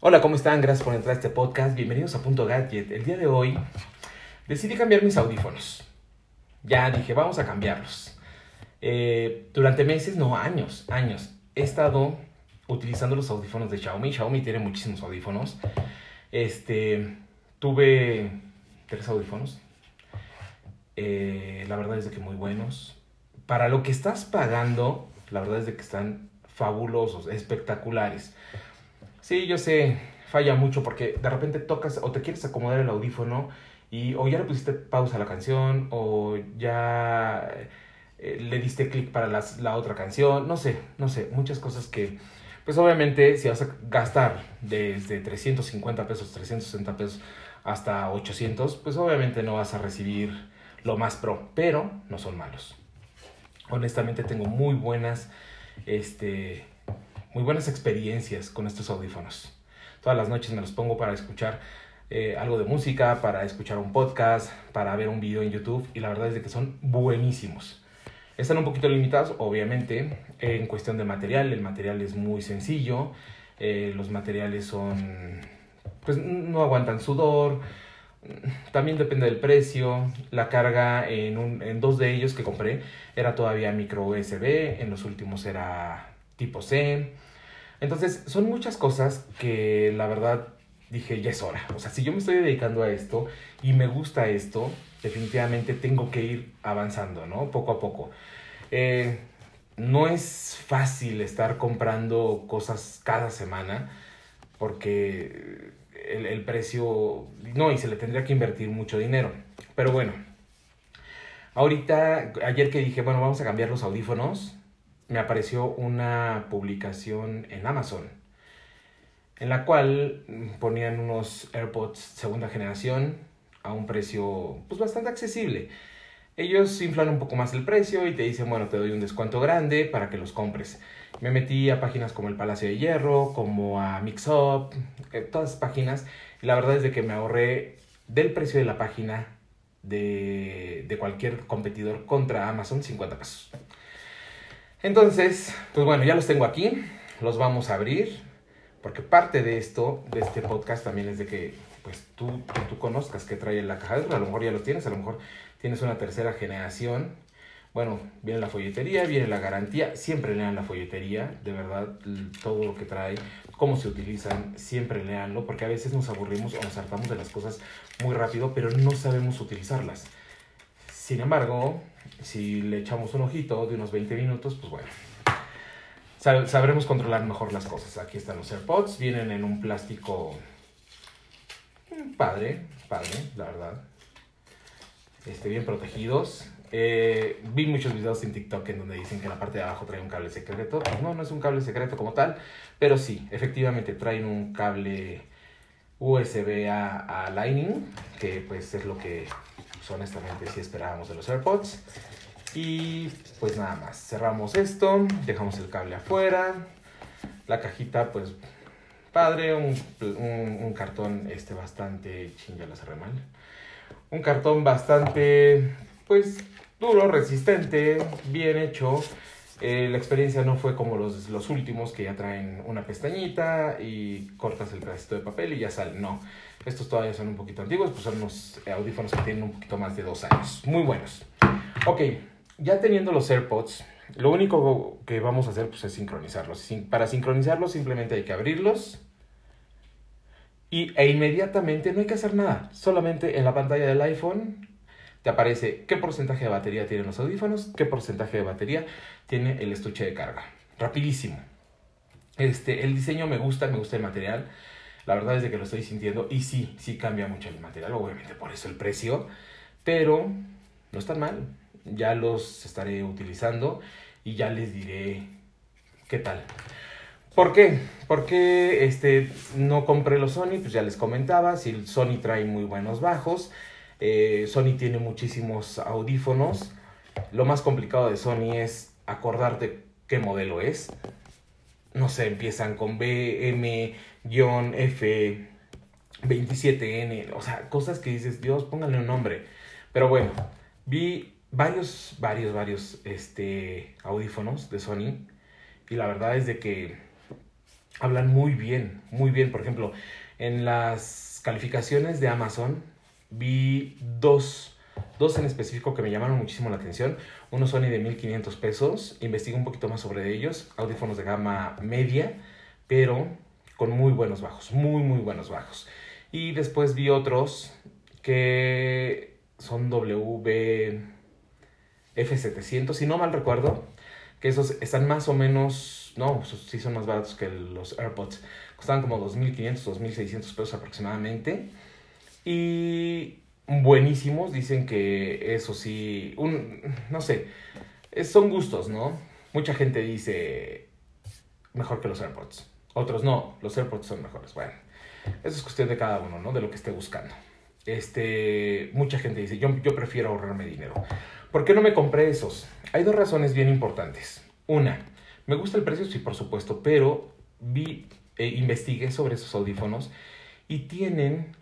Hola, ¿cómo están? Gracias por entrar a este podcast. Bienvenidos a Punto Gadget. El día de hoy decidí cambiar mis audífonos. Ya dije, vamos a cambiarlos. Durante meses, no, años, he estado utilizando los audífonos de Xiaomi. Xiaomi tiene muchísimos audífonos. Tuve 3 audífonos. La verdad es de que muy buenos. Para lo que estás pagando, la verdad es de que están fabulosos, espectaculares. Sí, yo sé, falla mucho porque de repente tocas o te quieres acomodar el audífono y o ya le pusiste pausa a la canción o ya le diste clic para la otra canción, no sé, muchas cosas que, pues obviamente si vas a gastar desde 350 pesos, 360 pesos hasta 800, pues obviamente no vas a recibir lo más pro, pero no son malos. Honestamente tengo este, muy buenas experiencias con estos audífonos. Todas las noches me los pongo para escuchar algo de música, para escuchar un podcast, para ver un video en YouTube y la verdad es de que son buenísimos. Están un poquito limitados, obviamente, en cuestión de material. El material es muy sencillo. Los materiales pues no aguantan sudor. También depende del precio. La carga en 2 de ellos que compré era todavía micro USB. En los últimos era tipo C. Entonces, son muchas cosas que la verdad dije, ya es hora. O sea, si yo me estoy dedicando a esto y me gusta esto, definitivamente tengo que ir avanzando, ¿no? Poco a poco. Eh, no es fácil estar comprando cosas cada semana porque el precio, no, y se le tendría que invertir mucho dinero. Pero bueno, ahorita, ayer que dije, bueno, vamos a cambiar los audífonos, me apareció una publicación en Amazon en la cual ponían unos AirPods segunda generación a un precio pues bastante accesible. Ellos inflan un poco más el precio y te dicen, bueno, te doy un descuento grande para que los compres. Me metí a páginas como el Palacio de Hierro, como a Mixup, todas esas páginas. Y la verdad es de que me ahorré del precio de la página de cualquier competidor contra Amazon 50 pesos. Entonces, pues bueno, ya los tengo aquí, los vamos a abrir, porque parte de esto, de este podcast también es de que pues tú conozcas qué trae en la caja. A lo mejor ya los tienes, a lo mejor tienes una tercera generación. Bueno, viene la folletería, viene la garantía, siempre lean la folletería, de verdad, todo lo que trae, cómo se utilizan, siempre leanlo, porque a veces nos aburrimos o nos hartamos de las cosas muy rápido, pero no sabemos utilizarlas. Sin embargo, si le echamos un ojito de unos 20 minutos, pues bueno, sabremos controlar mejor las cosas. Aquí están los AirPods, vienen en un plástico padre, la verdad. Bien protegidos. Vi muchos videos en TikTok en donde dicen que en la parte de abajo trae un cable secreto. Pues no es un cable secreto como tal, pero sí, efectivamente traen un cable USB a Lightning, que pues es lo que pues, honestamente sí esperábamos de los AirPods. Y pues nada más, cerramos esto, dejamos el cable afuera, la cajita pues padre, un cartón bastante, ya la cerré mal, un cartón bastante pues duro, resistente, bien hecho. La experiencia no fue como los últimos que ya traen una pestañita y cortas el pedacito de papel y ya sale. No, estos todavía son un poquito antiguos, pues son unos audífonos que tienen un poquito más de 2 años. Muy buenos. Ok, ya teniendo los AirPods, lo único que vamos a hacer pues, es sincronizarlos. Para sincronizarlos simplemente hay que abrirlos e inmediatamente no hay que hacer nada. Solamente en la pantalla del iPhone te aparece qué porcentaje de batería tienen los audífonos, qué porcentaje de batería tiene el estuche de carga. Rapidísimo. El diseño me gusta el material. La verdad es de que lo estoy sintiendo y sí cambia mucho el material. Obviamente por eso el precio, pero no están mal. Ya los estaré utilizando y ya les diré qué tal. ¿Por qué? Porque no compré los Sony, pues ya les comentaba, si el Sony trae muy buenos bajos. Sony tiene muchísimos audífonos. Lo más complicado de Sony es acordarte qué modelo es. No sé, empiezan con BM-F27N. O sea, cosas que dices, Dios, pónganle un nombre. Pero bueno, vi varios audífonos de Sony. Y la verdad es de que hablan muy bien, muy bien. Por ejemplo, en las calificaciones de Amazon vi dos en específico que me llamaron muchísimo la atención. Uno Sony de 1,500 pesos, investigué un poquito más sobre ellos, audífonos de gama media, pero con muy buenos bajos, muy muy buenos bajos. Y después vi otros que son WF-700, si no mal recuerdo, que esos están más o menos, no, sí son más baratos que los AirPods. Costaban como 2,500, 2,600 pesos aproximadamente. Y buenísimos, dicen que eso sí, no sé, son gustos, ¿no? Mucha gente dice mejor que los AirPods. Otros no, los AirPods son mejores. Bueno, eso es cuestión de cada uno, ¿no? De lo que esté buscando. Mucha gente dice, yo prefiero ahorrarme dinero. ¿Por qué no me compré esos? Hay dos razones bien importantes. Una, me gusta el precio, sí, por supuesto, pero investigué sobre esos audífonos y tienen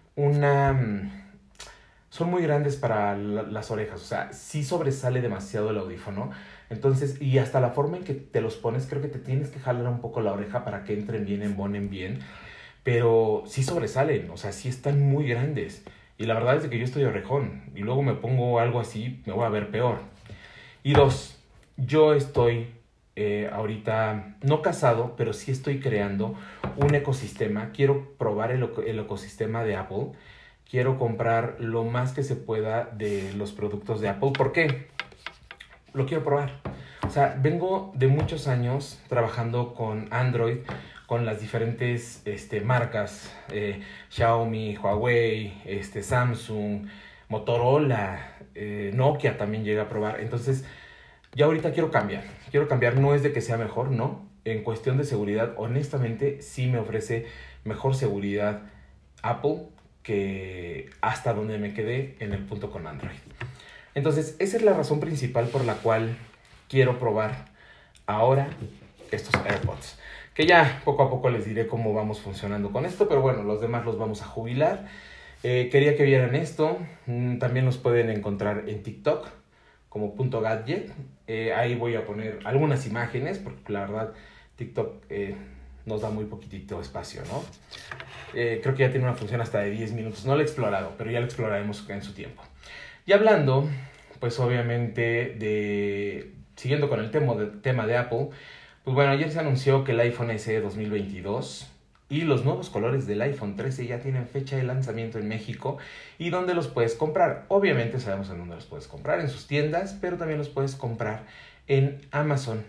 son muy grandes para las orejas, o sea, sí sobresale demasiado el audífono. Entonces, y hasta la forma en que te los pones, creo que te tienes que jalar un poco la oreja para que entren bien, embonen bien. Pero sí sobresalen, o sea, sí están muy grandes. Y la verdad es que yo estoy orejón y luego me pongo algo así, me voy a ver peor. Y dos, yo estoy ahorita no casado, pero sí estoy creando un ecosistema. Quiero probar el ecosistema de Apple. Quiero comprar lo más que se pueda de los productos de Apple. ¿Por qué? Lo quiero probar. O sea, vengo de muchos años trabajando con Android, con las diferentes marcas, Xiaomi, Huawei, Samsung, Motorola, Nokia también llega a probar. Entonces, ya ahorita quiero cambiar. Quiero cambiar, no es de que sea mejor, no. En cuestión de seguridad, honestamente, sí me ofrece mejor seguridad Apple que hasta donde me quedé en el punto con Android. Entonces, esa es la razón principal por la cual quiero probar ahora estos AirPods. Que ya poco a poco les diré cómo vamos funcionando con esto, pero bueno, los demás los vamos a jubilar. Quería que vieran esto. También los pueden encontrar en TikTok como .gadget. Ahí voy a poner algunas imágenes, porque la verdad TikTok nos da muy poquitito espacio, ¿no? Creo que ya tiene una función hasta de 10 minutos. No lo he explorado, pero ya lo exploraremos en su tiempo. Y hablando, pues obviamente siguiendo con el tema de Apple, pues bueno, ayer se anunció que el iPhone SE 2022 y los nuevos colores del iPhone 13 ya tienen fecha de lanzamiento en México y dónde los puedes comprar. Obviamente sabemos en dónde los puedes comprar, en sus tiendas, pero también los puedes comprar en Amazon.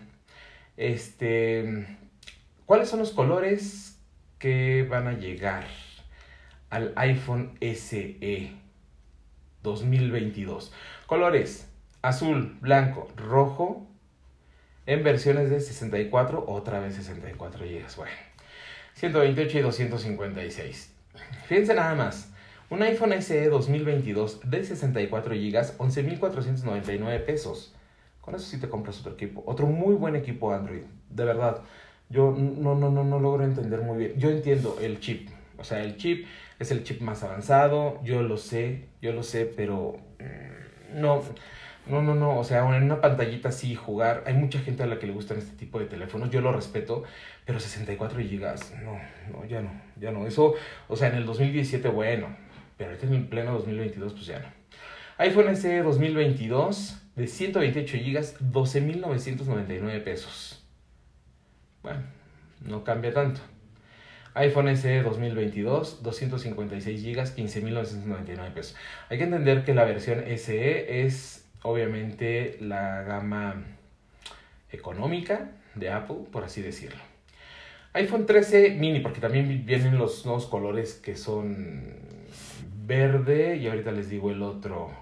¿Cuáles son los colores que van a llegar al iPhone SE 2022? Colores azul, blanco, rojo, en versiones de 64, otra vez 64 GB. Bueno, 128 y 256. Fíjense nada más, un iPhone SE 2022 de 64 GB, 11,499 pesos. Con eso sí te compras otro equipo, otro muy buen equipo Android, de verdad. Yo no logro entender muy bien. Yo entiendo el chip, o sea, el chip es el chip más avanzado, yo lo sé, pero no, o sea, en una pantallita así jugar, hay mucha gente a la que le gustan este tipo de teléfonos, yo lo respeto, pero 64 gigas, ya no, eso, o sea, en el 2017, bueno, pero ahorita en el pleno 2022, pues ya no. iPhone SE 2022 de 128 gigas, 12,999 pesos. Bueno, no cambia tanto. iPhone SE 2022, 256 GB, 15,999 pesos. Hay que entender que la versión SE es obviamente la gama económica de Apple, por así decirlo. iPhone 13 mini, porque también vienen los nuevos colores que son verde, y ahorita les digo el otro.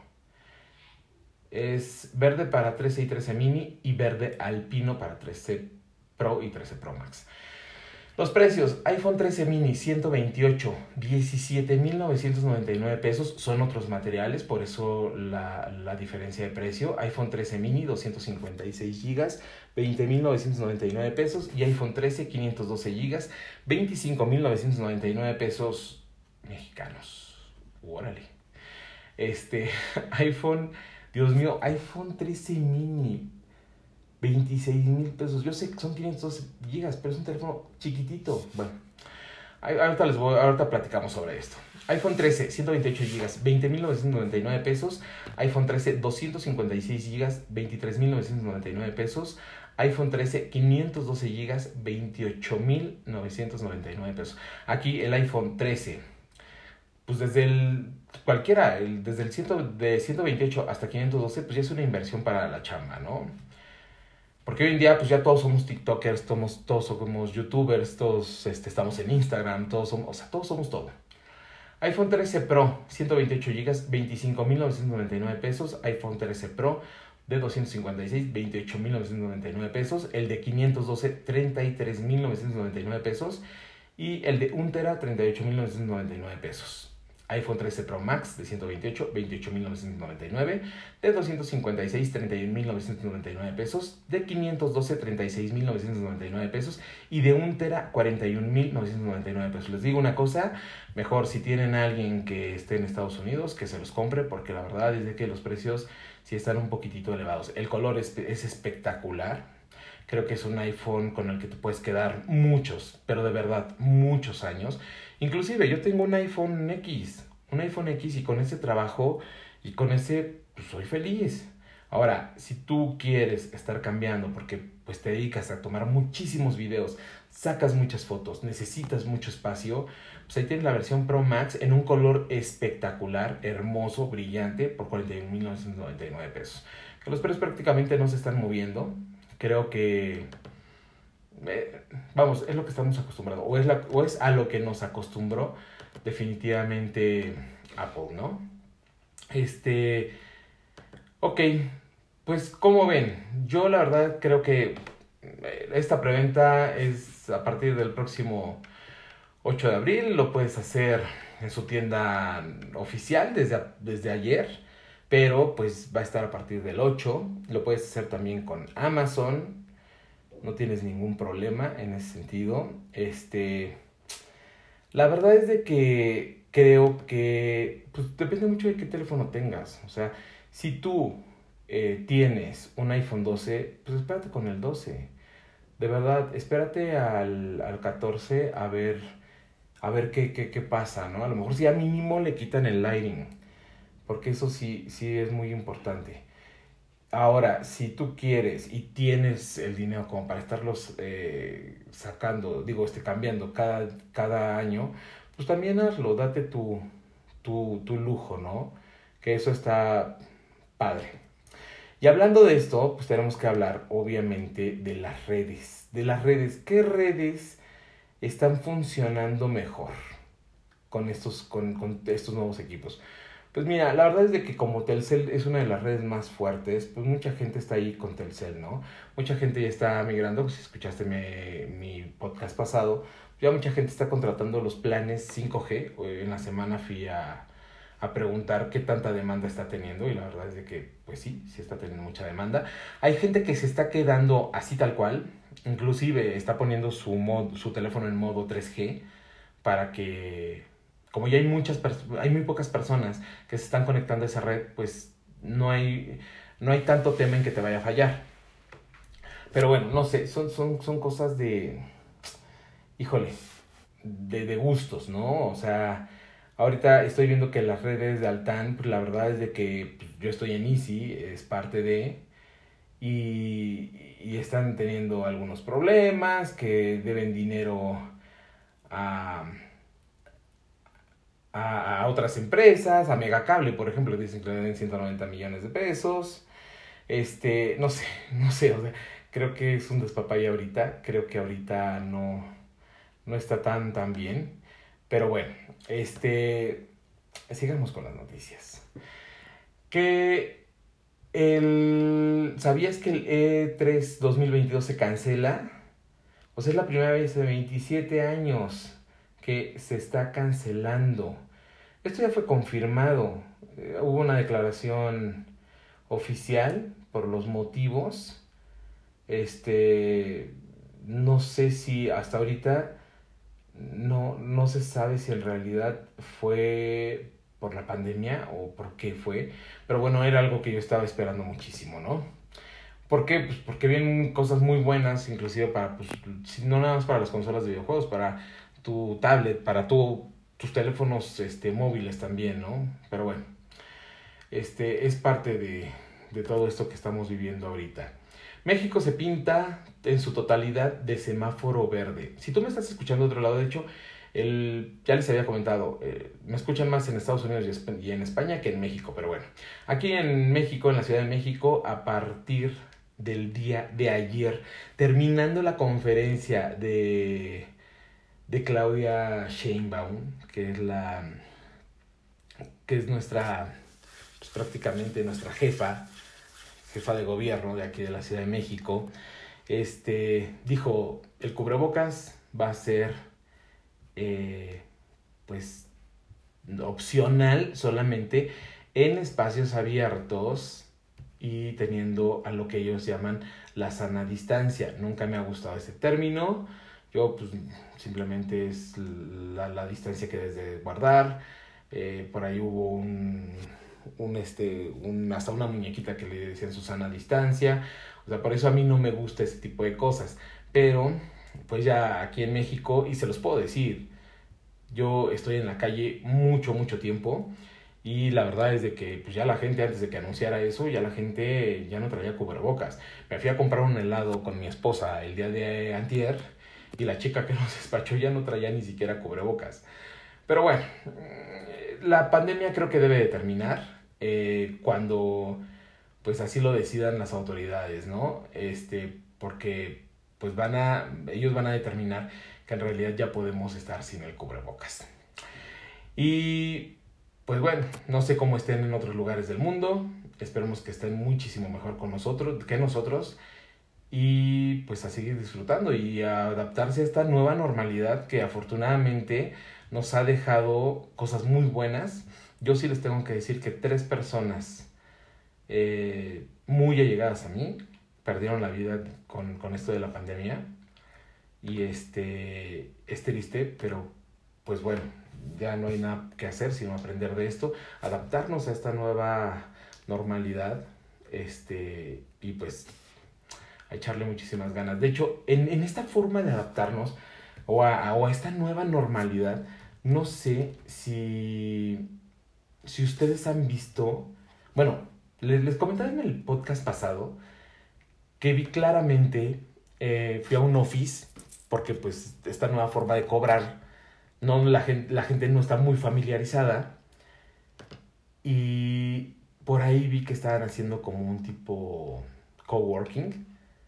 Es verde para 13 y 13 mini y verde alpino para 13 Pro y 13 Pro Max. Los precios, iPhone 13 mini 128, 17,999 pesos, son otros materiales, por eso la diferencia de precio. iPhone 13 mini 256 gigas, 20,999 pesos, y iPhone 13 512 gigas, 25,999 pesos mexicanos. Órale. iPhone, Dios mío, iPhone 13 mini 26,000 pesos. Yo sé que son 512 gigas, pero es un teléfono chiquitito. Bueno, ahorita platicamos sobre esto. iPhone 13, 128 gigas, 20,999 pesos. iPhone 13, 256 gigas, 23,999 pesos. iPhone 13, 512 gigas, 28,999 pesos. Aquí el iPhone 13, pues desde desde el 128 hasta 512, pues ya es una inversión para la chamba, ¿no? Porque hoy en día, pues ya todos somos TikTokers, todos somos YouTubers, todos estamos en Instagram, todos somos todo. iPhone 13 Pro, 128 gigas, 25,999 pesos. iPhone 13 Pro de 256, 28,999 pesos. El de 512, 33,999 pesos. Y el de 1 tera, 38,999 pesos. iPhone 13 Pro Max de 128, 28,999. De 256, 31,999 pesos. De 512, 36,999 pesos. Y de 1 tera, 41,999 pesos. Les digo una cosa, mejor si tienen a alguien que esté en Estados Unidos, que se los compre, porque la verdad es de que los precios sí están un poquitito elevados. El color es espectacular. Creo que es un iPhone con el que te puedes quedar muchos, pero de verdad, muchos años. Inclusive yo tengo un iPhone X y con ese trabajo y con ese pues, soy feliz. Ahora, si tú quieres estar cambiando porque pues te dedicas a tomar muchísimos videos, sacas muchas fotos, necesitas mucho espacio, pues ahí tienes la versión Pro Max en un color espectacular, hermoso, brillante, por 41,999 pesos. Que los precios prácticamente no se están moviendo. Creo que vamos, es lo que estamos acostumbrados, o es a lo que nos acostumbró definitivamente Apple, ¿no? Ok, pues como ven, yo la verdad creo que esta preventa es a partir del próximo 8 de abril, lo puedes hacer en su tienda oficial desde ayer, pero pues va a estar a partir del 8, lo puedes hacer también con Amazon, no tienes ningún problema en ese sentido. La verdad es de que creo que pues, depende mucho de qué teléfono tengas. O sea, si tú tienes un iPhone 12, pues espérate con el 12. De verdad, espérate al 14 a ver qué pasa, ¿no? A lo mejor si ya mínimo le quitan el lighting, porque eso sí es muy importante. Ahora, si tú quieres y tienes el dinero como para estarlos sacando, cambiando cada año, pues también hazlo, date tu lujo, ¿no? Que eso está padre. Y hablando de esto, pues tenemos que hablar, obviamente, de las redes. De las redes. ¿Qué redes están funcionando mejor con estos nuevos equipos? Pues mira, la verdad es de que como Telcel es una de las redes más fuertes, pues mucha gente está ahí con Telcel, ¿no? Mucha gente ya está migrando, pues si escuchaste mi podcast pasado, ya mucha gente está contratando los planes 5G. En la semana fui a preguntar qué tanta demanda está teniendo y la verdad es de que, pues sí está teniendo mucha demanda. Hay gente que se está quedando así tal cual, inclusive está poniendo su teléfono en modo 3G para que como ya hay muy pocas personas que se están conectando a esa red, pues no hay tanto tema en que te vaya a fallar. Pero bueno, no sé, son cosas híjole, de gustos, ¿no? O sea, ahorita estoy viendo que las redes de Altán, pues la verdad es de que pues, yo estoy en Easy, es parte de, y están teniendo algunos problemas, que deben dinero a otras empresas, a Megacable, por ejemplo, dicen que le deben 190 millones de pesos. No sé, o sea, creo que es un despapalle ahorita, creo que ahorita no está tan bien, pero bueno, sigamos con las noticias. ¿Sabías que el E3 2022 se cancela? O sea, es la primera vez en 27 años que se está cancelando. Esto ya fue confirmado. Hubo una declaración oficial por los motivos. No sé si hasta ahorita no se sabe si en realidad fue por la pandemia o por qué fue. Pero bueno, era algo que yo estaba esperando muchísimo, ¿no? ¿Por qué? Pues porque vienen cosas muy buenas, inclusive para, pues, no nada más para las consolas de videojuegos, para tu tablet, para tus teléfonos móviles también, ¿no? Pero bueno, es parte de todo esto que estamos viviendo ahorita. México se pinta en su totalidad de semáforo verde. Si tú me estás escuchando de otro lado, de hecho, ya les había comentado, me escuchan más en Estados Unidos y en España que en México, pero bueno. Aquí en México, en la Ciudad de México, a partir del día de ayer, terminando la conferencia de Claudia Sheinbaum, que es nuestra, pues prácticamente nuestra jefa de gobierno de aquí de la Ciudad de México, dijo, el cubrebocas va a ser pues opcional solamente en espacios abiertos y teniendo a lo que ellos llaman la sana distancia. Nunca me ha gustado ese término. Yo pues simplemente es la distancia que debes de guardar. Por ahí hubo hasta una muñequita que le decían Susana Distancia. O sea, por eso a mí no me gusta ese tipo de cosas. Pero, pues ya aquí en México, y se los puedo decir, yo estoy en la calle mucho tiempo. Y la verdad es de que pues ya la gente, antes de que anunciara eso, ya la gente ya no traía cubrebocas. Me fui a comprar un helado con mi esposa el día de antier y la chica que nos despachó ya no traía ni siquiera cubrebocas. Pero bueno, la pandemia creo que debe de terminar cuando pues así lo decidan las autoridades, ¿no? Porque pues ellos van a determinar que en realidad ya podemos estar sin el cubrebocas. Y pues bueno, no sé cómo estén en otros lugares del mundo, esperemos que estén muchísimo mejor que nosotros y pues a seguir disfrutando y a adaptarse a esta nueva normalidad que afortunadamente nos ha dejado cosas muy buenas. Yo sí les tengo que decir que 3 personas muy allegadas a mí perdieron la vida con esto de la pandemia y es triste, pero pues bueno, ya no hay nada que hacer sino aprender de esto, adaptarnos a esta nueva normalidad y pues a echarle muchísimas ganas. De hecho, en esta forma de adaptarnos o a esta nueva normalidad, no sé si ustedes han visto, bueno, les comentaba en el podcast pasado que vi claramente, fui a un office, porque pues esta nueva forma de cobrar, la gente no está muy familiarizada, y por ahí vi que estaban haciendo como un tipo coworking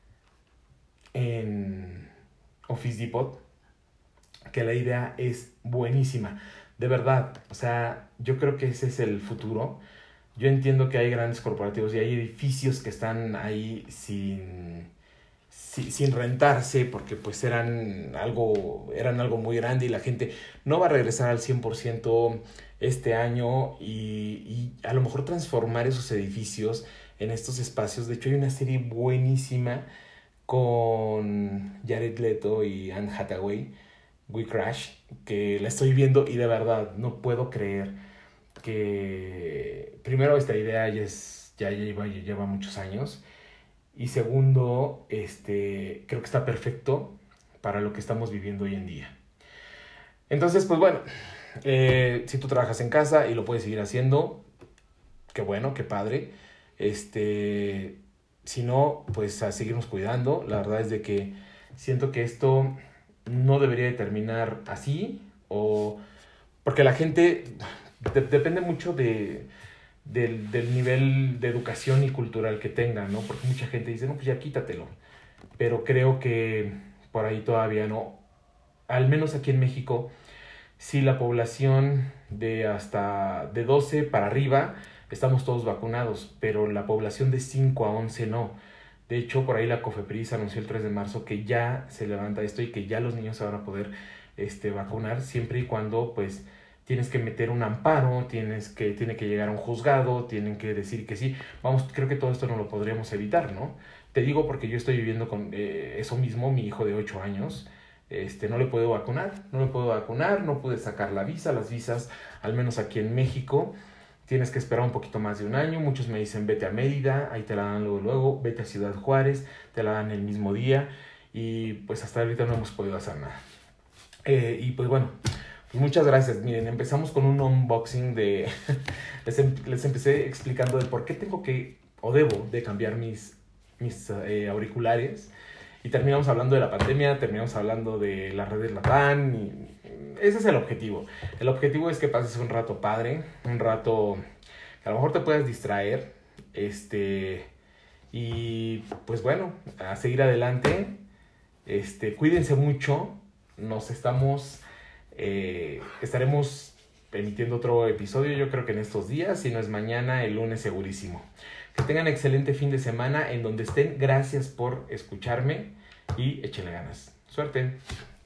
en Office Depot, que la idea es buenísima, de verdad. O sea, yo creo que ese es el futuro. Yo entiendo que hay grandes corporativos y hay edificios que están ahí sin rentarse porque pues eran algo muy grande y la gente no va a regresar al 100% este año y a lo mejor transformar esos edificios en estos espacios. De hecho, hay una serie buenísima con Jared Leto y Anne Hathaway, We Crash, que la estoy viendo y de verdad no puedo creer que primero esta idea ya lleva muchos años y segundo, creo que está perfecto para lo que estamos viviendo hoy en día. Entonces, pues bueno, si tú trabajas en casa y lo puedes seguir haciendo, qué bueno, qué padre. Si no, pues a seguirnos cuidando. La verdad es de que siento que esto no debería de terminar así, porque la gente depende mucho del nivel de educación y cultural que tengan, ¿no? Porque mucha gente dice, no, pues ya quítatelo. Pero creo que por ahí todavía no. Al menos aquí en México, sí, la población de 12 para arriba estamos todos vacunados, pero la población de 5 a 11 no. De hecho, por ahí la COFEPRIS anunció el 3 de marzo que ya se levanta esto y que ya los niños se van a poder vacunar siempre y cuando pues tienes que meter un amparo, tiene que llegar a un juzgado, tienen que decir que sí. Vamos, creo que todo esto no lo podríamos evitar, ¿no? Te digo porque yo estoy viviendo con eso mismo, mi hijo de 8 años, no le puedo vacunar, no pude sacar las visas, al menos aquí en México, tienes que esperar un poquito más de un año. Muchos me dicen, vete a Mérida, ahí te la dan luego, vete a Ciudad Juárez, te la dan el mismo día. Y pues hasta ahorita no hemos podido hacer nada. Y pues bueno, pues muchas gracias. Miren, empezamos con un unboxing de... les empecé explicando de por qué tengo que, o debo de cambiar mis auriculares. Y terminamos hablando de la pandemia, terminamos hablando de las redes LATAM. Y ese es el objetivo. El objetivo es que pases un rato padre, un rato que a lo mejor te puedas distraer. Y pues bueno, a seguir adelante. Cuídense mucho. Estaremos emitiendo otro episodio, yo creo que en estos días, si no es mañana, el lunes segurísimo. Que tengan excelente fin de semana en donde estén. Gracias por escucharme y échenle ganas. Suerte.